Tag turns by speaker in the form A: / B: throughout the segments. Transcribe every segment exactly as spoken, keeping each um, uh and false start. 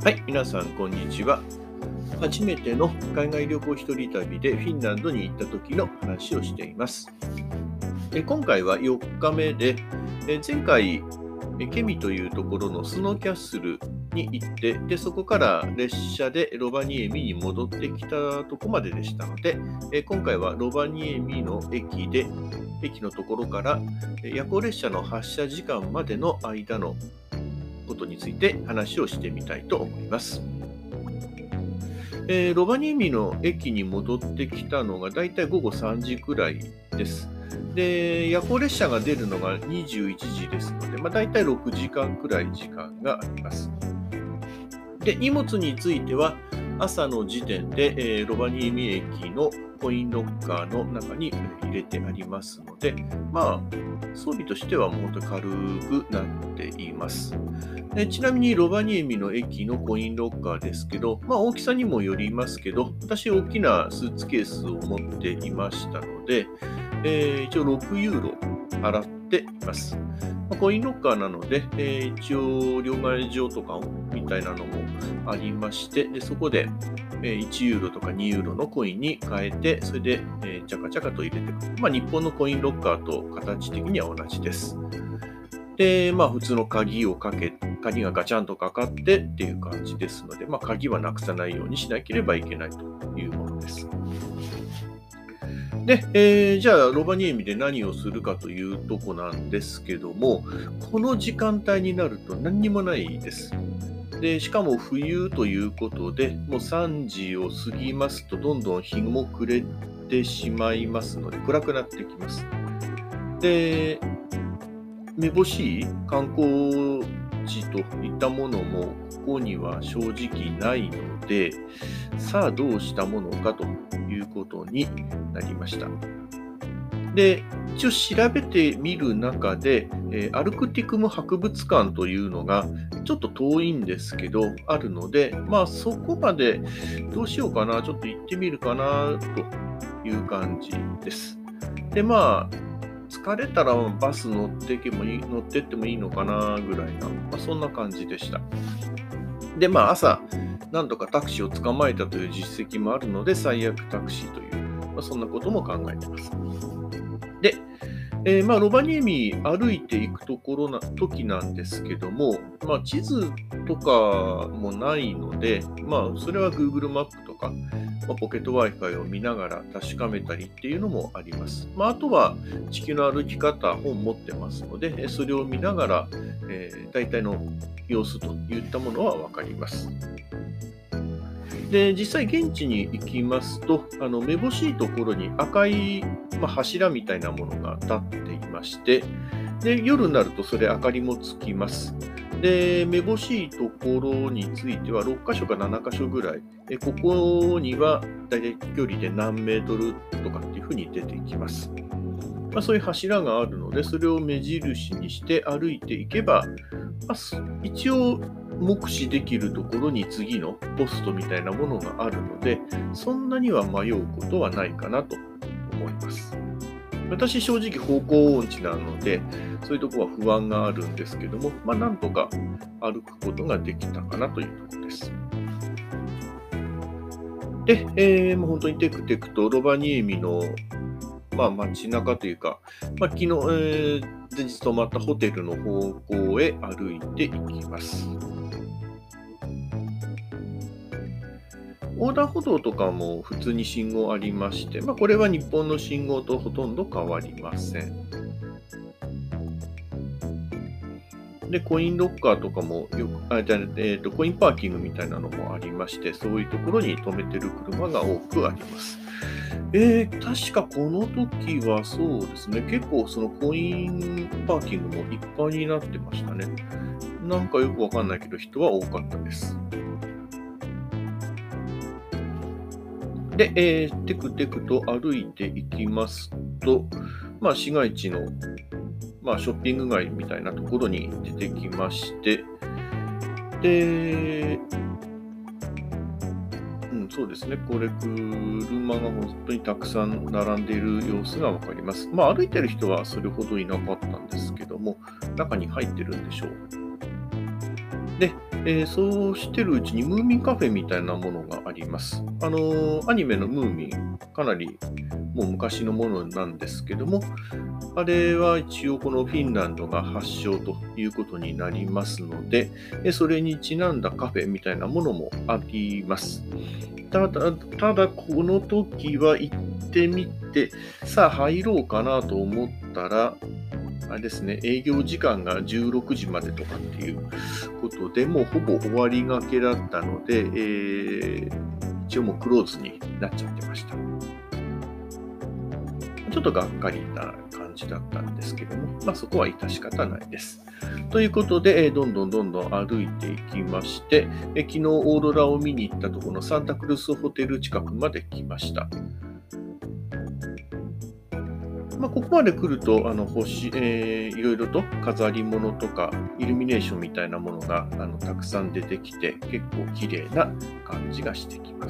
A: はい、皆さん、こんにちは。初めての海外旅行一人旅でフィンランドに行った時の話をしています。え今回はよっかめで、え前回、えケミというところのスノーキャッスルに行って、でそこから列車でロバニエミに戻ってきたとこまででしたので、え今回はロバニエミの駅で、駅のところからえ夜行列車の発車時間までの間のことについて話をしてみたいと思います。えーロバニエミの駅に戻ってきたのがだいたいごごさんじくらいです。で、夜行列車が出るのがにじゅういちじですので、まあ、だいたいろくじかんくらい時間があります。で、荷物については朝の時点で、えーロバニエミ駅のコインロッカーの中に入れてありますので、まあ、装備としてはもう本当に軽くなっています。でちなみにロバニエミの駅のコインロッカーですけど、まあ、大きさにもよりますけど、私大きなスーツケースを持っていましたので、えー一応ろくユーロ払っています。まあコインロッカーなので、えー一応両替所とかみたいなのもありまして、でそこでえーいちユーロとかにユーロのコインに変えて、それで、えー、チャカチャカと入れていく。まあ、日本のコインロッカーと形的には同じです。で、まあ、普通の鍵をかけ、鍵がガチャンとかかってっていう感じですので、まあ、鍵はなくさないようにしなければいけないというものです。で、えーじゃあ、ロバニエミで何をするかというとこなんですけども、この時間帯になると何にもないです。で、しかも冬ということで、もうさんじを過ぎますと、どんどん日も暮れてしまいますので、暗くなってきます。で、めぼしい観光地といったものも、ここには正直ないので、さあどうしたものかということになりました。で、一応調べてみる中で、えーアルクティクム博物館というのがちょっと遠いんですけど、あるので、まあそこまでどうしようかな、ちょっと行ってみるかなという感じです。で、まあ、疲れたらバス乗ってけもいい乗ってってもいいのかなぐらいな、まあ、そんな感じでした。で、まあ朝、何度かタクシーを捕まえたという実績もあるので、最悪タクシーという、まあ、そんなことも考えています。で、えーまあ、ロバニエミ歩いていくところな時なんですけども、まあ、地図とかもないので、まあ、それは Google マップとか、まあ、ポケット Wi-Fi を見ながら確かめたりっていうのもあります。まあ、あとは地球の歩き方本持ってますので、えそれを見ながら、えー大体の様子といったものはわかります。で、実際現地に行きますと、あのめぼしいところに赤い、まあ、柱みたいなものが立っていまして、で、夜になるとそれ明かりもつきます。で、めぼしいところについてはろっかしょかななかしょぐらい、えここにはだいたい距離で何メートルとかっていうふうに出てきます。まあ、そういう柱があるので、それを目印にして歩いていけば、まあ、す一応目視できるところに次のポストみたいなものがあるので、そんなには迷うことはないかなと思います。私、正直方向音痴なので、そういうところは不安があるんですけども、まあ、なんとか歩くことができたかなというところです。で、えーもう本当にテクテクとロバニエミの、まあ、街中というか、まあ、昨日、えー前日泊まったホテルの方向へ歩いていきます。横断歩道とかも普通に信号ありまして、まあ、これは日本の信号とほとんど変わりません。で、コインロッカーとかもよく、あ、じゃあ、えーと、コインパーキングみたいなのもありまして、そういうところに止めてる車が多くあります。えー、確かこの時はそうですね、結構そのコインパーキングもいっぱいになってましたね。なんかよくわかんないけど、人は多かったです。で、えーテクテクと歩いていきますと、まあ、市街地の、まあ、ショッピング街みたいなところに出てきまして、で、うん、そうですね、これ、車が本当にたくさん並んでいる様子がわかります。まあ、歩いてる人はそれほどいなかったんですけども、中に入ってるんでしょう。 で、えーそうしてるうちにムーミンカフェみたいなものがあります。あのーアニメのムーミン、かなりもう昔のものなんですけども、あれは一応このフィンランドが発祥ということになりますので、えそれにちなんだカフェみたいなものもあります。ただ、ただこの時は行ってみて、さあ入ろうかなと思ったら、あれですね、営業時間がじゅうろくじまでとかっていうことで、もうほぼ終わりがけだったので、えー一応もうクローズになっちゃってました。ちょっとがっかりな感じだったんですけども、まあそこは致し方ないです。ということで、えーどんどんどんどん歩いていきまして、えー昨日オーロラを見に行ったところのサンタクルスホテル近くまで来ました。まあ、ここまで来ると、あの星、えーいろいろと飾り物とかイルミネーションみたいなものがあのたくさん出てきて、結構綺麗な感じがしてきます。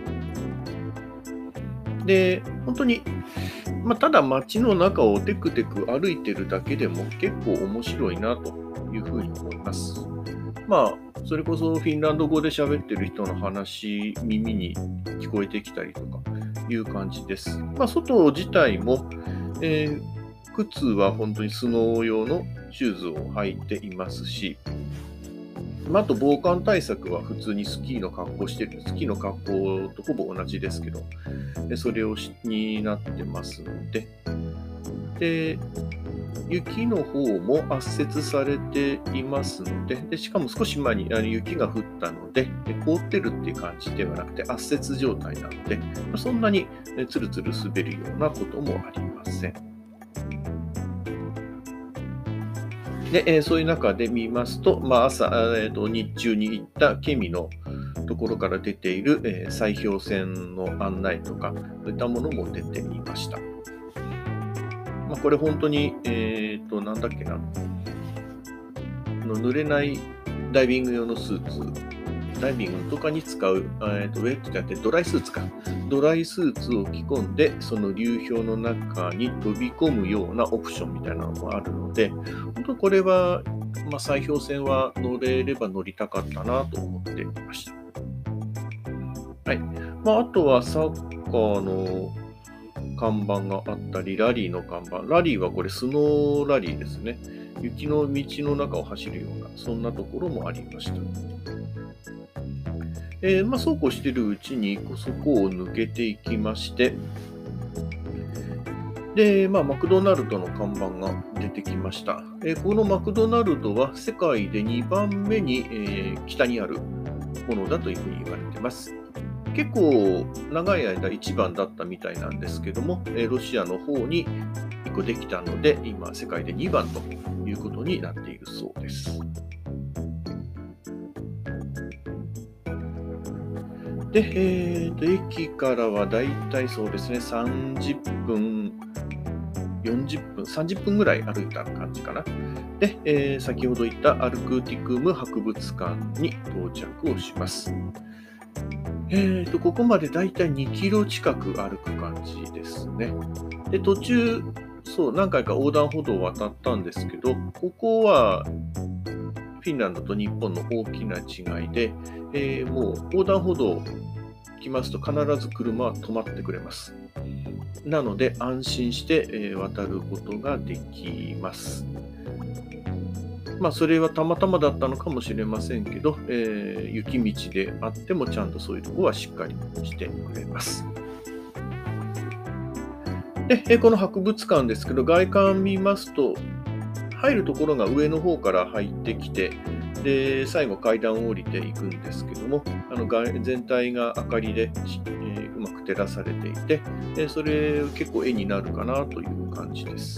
A: で、本当に、まあ、ただ街の中をテクテク歩いてるだけでも結構面白いなというふうに思います。まあ、それこそフィンランド語で喋ってる人の話、耳に聞こえてきたりとかいう感じです。まあ、外自体も、えー靴は本当にスノー用のシューズを履いていますし、まあ、あと防寒対策は普通にスキーの格好してる、スキーの格好とほぼ同じですけど、でそれをしになってますので、で、雪の方も圧雪されていますので、でしかも少し前にあの雪が降ったので、で凍ってるっていう感じではなくて圧雪状態なので、そんなにえつるつる滑るようなこともありません。で、えーそういう中で見ますと、まあ、朝、えーと、日中に行ったケミのところから出ている、えー砕氷船の案内とか、そういったものも出ていました。まあ、これ本当に、えっと、なんだっけな、あの濡れないダイビング用のスーツ、ダイビングとかに使う、えーと、ウェットじゃなくてドライスーツか。ドライスーツを着込んで、その流氷の中に飛び込むようなオプションみたいなのもあるので、本当これは、まあ、砕氷船は乗れれば乗りたかったなと思っていました。はい。まあ、あとはサッカーの看板があったり、ラリーの看板。ラリーはこれスノーラリーですね。雪の道の中を走るような、そんなところもありました。えーまあ、そうこうしているうちにそこを抜けていきまして、で、まあ、マクドナルドの看板が出てきました。えーこのマクドナルドは世界でにばんめに、えー北にあるものだというふうに言われています。結構長い間いちばんだったみたいなんですけども、えーロシアの方にいっこできたので、今世界でにばんということになっているそうです。で、えーと、駅からはだいたいそうですね、さんじゅっぷん、よんじゅっぷん、さんじゅっぷんぐらい歩いた感じかな。で、えー先ほど言ったアルクーティクム博物館に到着をします。えーと、ここまでだいたいにキロ近く歩く感じですね。で、途中、そう、何回か横断歩道を渡ったんですけど、ここはフィンランドと日本の大きな違いで、えーもう横断歩道来ますと必ず車は止まってくれます。なので安心して、えー渡ることができます。まあそれはたまたまだったのかもしれませんけど、えー雪道であってもちゃんとそういうところはしっかりしてくれます。で、えーこの博物館ですけど、外観見ますと、入るところが上の方から入ってきて、で最後階段を降りていくんですけども、あの外全体が明かりで、えーうまく照らされていて、でそれ結構絵になるかなという感じです。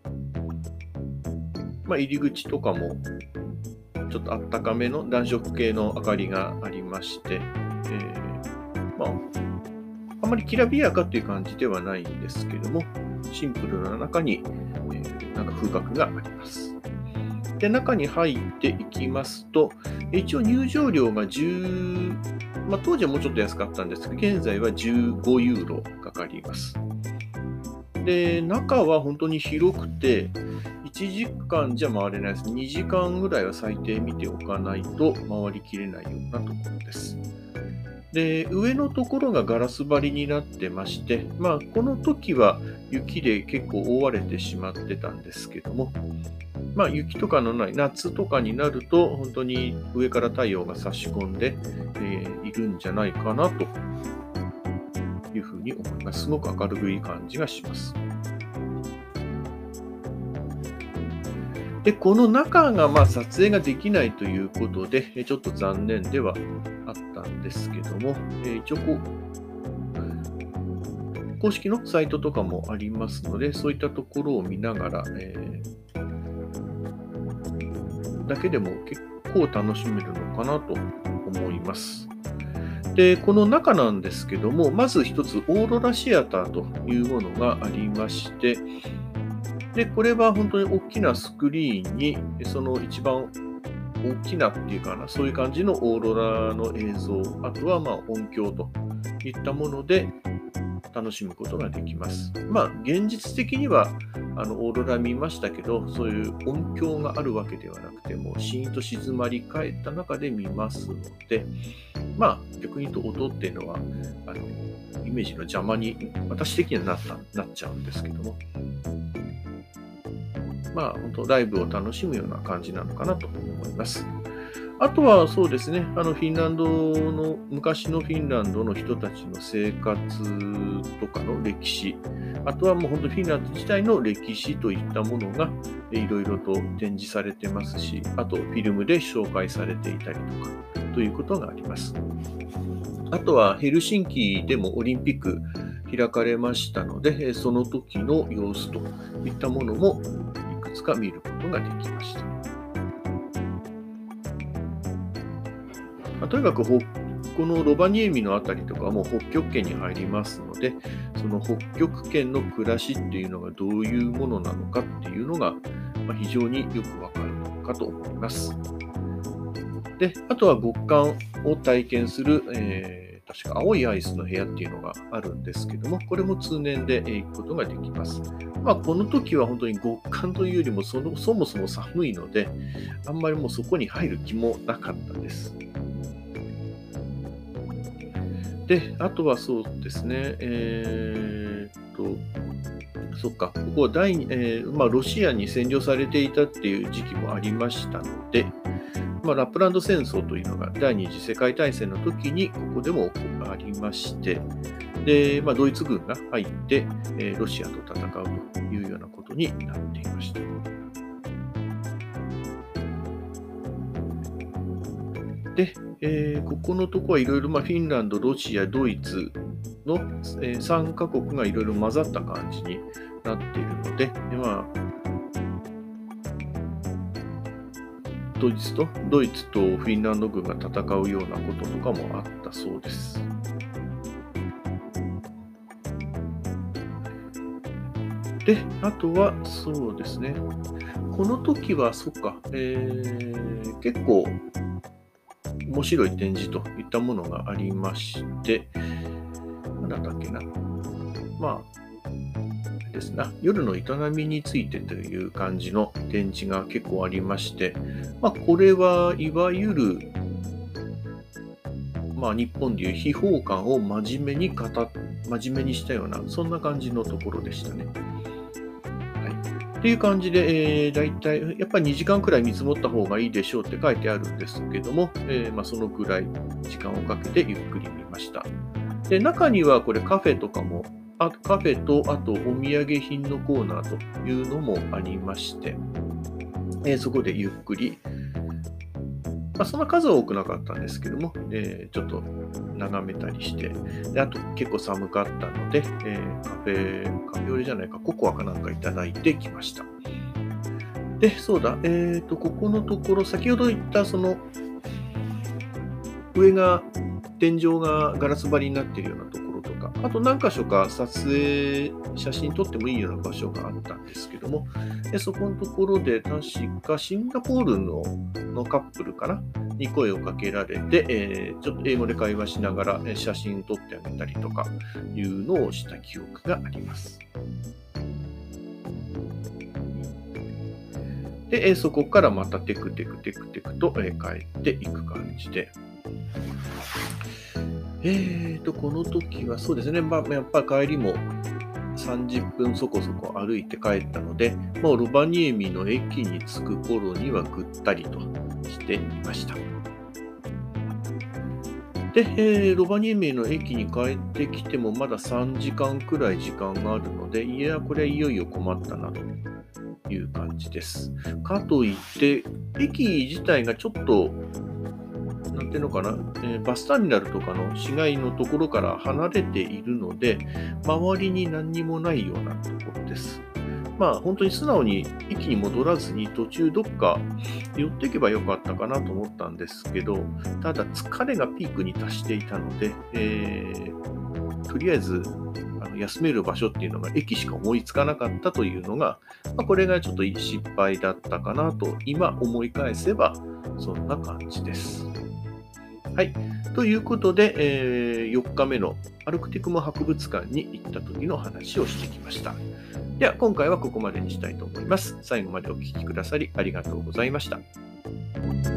A: まあ、入り口とかもちょっとあったかめの暖色系の明かりがありまして、えーまあ、あまりきらびやかという感じではないんですけども、シンプルな中に、えーなんか風格があります。で、中に入っていきますと、一応入場料がじゅう、まあ、当時はもうちょっと安かったんですが、現在はじゅうごユーロかかります。で、中は本当に広くて、 いちじかんじゃ回れないです。にじかんぐらいは最低見ておかないと回りきれないようなところです。で、上のところがガラス張りになってまして、まあ、この時は雪で結構覆われてしまってたんですけども、まあ、雪とかのない夏とかになると、本当に上から太陽が差し込んで、えーいるんじゃないかなというふうに思います。すごく明るい感じがします。で、この中がまあ撮影ができないということで、えちょっと残念ではあったんですけども、え一応こう、公式のサイトとかもありますので、そういったところを見ながら、えーだけでも結構楽しめるのかなと思います。で、この中なんですけども、まず一つオーロラシアターというものがありまして、で、これは本当に大きなスクリーンに、その一番大きなっていうかな、そういう感じのオーロラの映像、あとはまあ音響といったもので楽しむことができます。まあ、現実的にはあのオーロラ見ましたけど、そういう音響があるわけではなくて、もうシーンと静まり返った中で見ますので、まあ、逆に言うと音っていうのは、あのイメージの邪魔に私的にはなったなっちゃうんですけども、まあ、本当ライブを楽しむような感じなのかなと思います。あとはそうですね、あのフィンランドの、昔のフィンランドの人たちの生活とかの歴史、あとはもう本当フィンランド自体の歴史といったものがいろいろと展示されてますし、あとフィルムで紹介されていたりとかということがあります。あとはヘルシンキでもオリンピック開かれましたので、その時の様子といったものもいくつか見ることができました。とにかくこのロバニエミのあたりとかも北極圏に入りますので、その北極圏の暮らしっていうのがどういうものなのかっていうのが非常によくわかるのかと思います。で、あとは極寒を体験する、えー、確か青いアイスの部屋っていうのがあるんですけども、これも通年で行くことができます。まあ、この時は本当に極寒というよりもその、そもそも寒いので、あんまりもうそこに入る気もなかったです。で、あとはそうですね、えー、っと、そっか、ここは第、えーまあ、ロシアに占領されていたっていう時期もありましたので、まあ、ラップランド戦争というのが第二次世界大戦の時にここでもありまして、で、まあ、ドイツ軍が入って、えー、ロシアと戦うというようなことになっていました。で、えー、ここのところはいろいろ、まあ、フィンランド、ロシア、ドイツの、えー、さんカ国がいろいろ混ざった感じになっているので、でまあ、ドイツとドイツとフィンランド軍が戦うようなこととかもあったそうです。で、あとはそうですね、この時は、そっか、えー、結構面白い展示といったものがありまして、何だっけな、まあ、ですね、夜の営みについてという感じの展示が結構ありまして、まあ、これはいわゆる、まあ、日本でいう秘宝館を真面目に語っ、真面目にしたような、そんな感じのところでしたね。っていう感じで、えー、だいたいやっぱりにじかんくらい見積もった方がいいでしょうって書いてあるんですけども、えーまあ、そのくらい時間をかけてゆっくり見ました。で、中にはこれカフェとかも、あカフェとあとお土産品のコーナーというのもありまして、えー、そこでゆっくり、まあ、そんな数は多くなかったんですけども、えー、ちょっと眺めたりして、であと結構寒かったので、えー、カフェ、カフェオレじゃないか、ココアかなんかいただいてきました。で、そうだ、えっと、ここのところ、先ほど言ったその、上が、天井がガラス張りになっているようなところとか、あと何箇所か撮影、写真撮ってもいいような場所があったんですけども、でそこのところで確かシンガポールののカップルかなに声をかけられて、えー、ちょっと英語で会話しながら写真撮ってあげたりとかいうのをした記憶があります。 で、えーそこからまたテクテクテクテクと、えー帰っていく感じで。えーと、この時はそうですね、まあ、やっぱり帰りもさんじゅっぷんそこそこ歩いて帰ったので、もうロバニエミの駅に着く頃にはぐったりとしていました。で、えーロバニエミの駅に帰ってきてもまださんじかんくらい時間があるので、いや、これはいよいよ困ったなという感じです。かといって、駅自体がちょっと、なんていうのかな、えーバスターミナルとかの市街のところから離れているので、周りに何にもないようなところです。まあ本当に素直に駅に戻らずに途中どっか寄っていけばよかったかなと思ったんですけど、ただ疲れがピークに達していたので、えーとりあえずあの休める場所っていうのが駅しか思いつかなかったというのが、まあ、これがちょっと失敗だったかなと今思い返せばそんな感じです。はい。ということで、えーよっかめのアルクティクム博物館に行った時の話をしてきました。では、今回はここまでにしたいと思います。最後までお聞きくださりありがとうございました。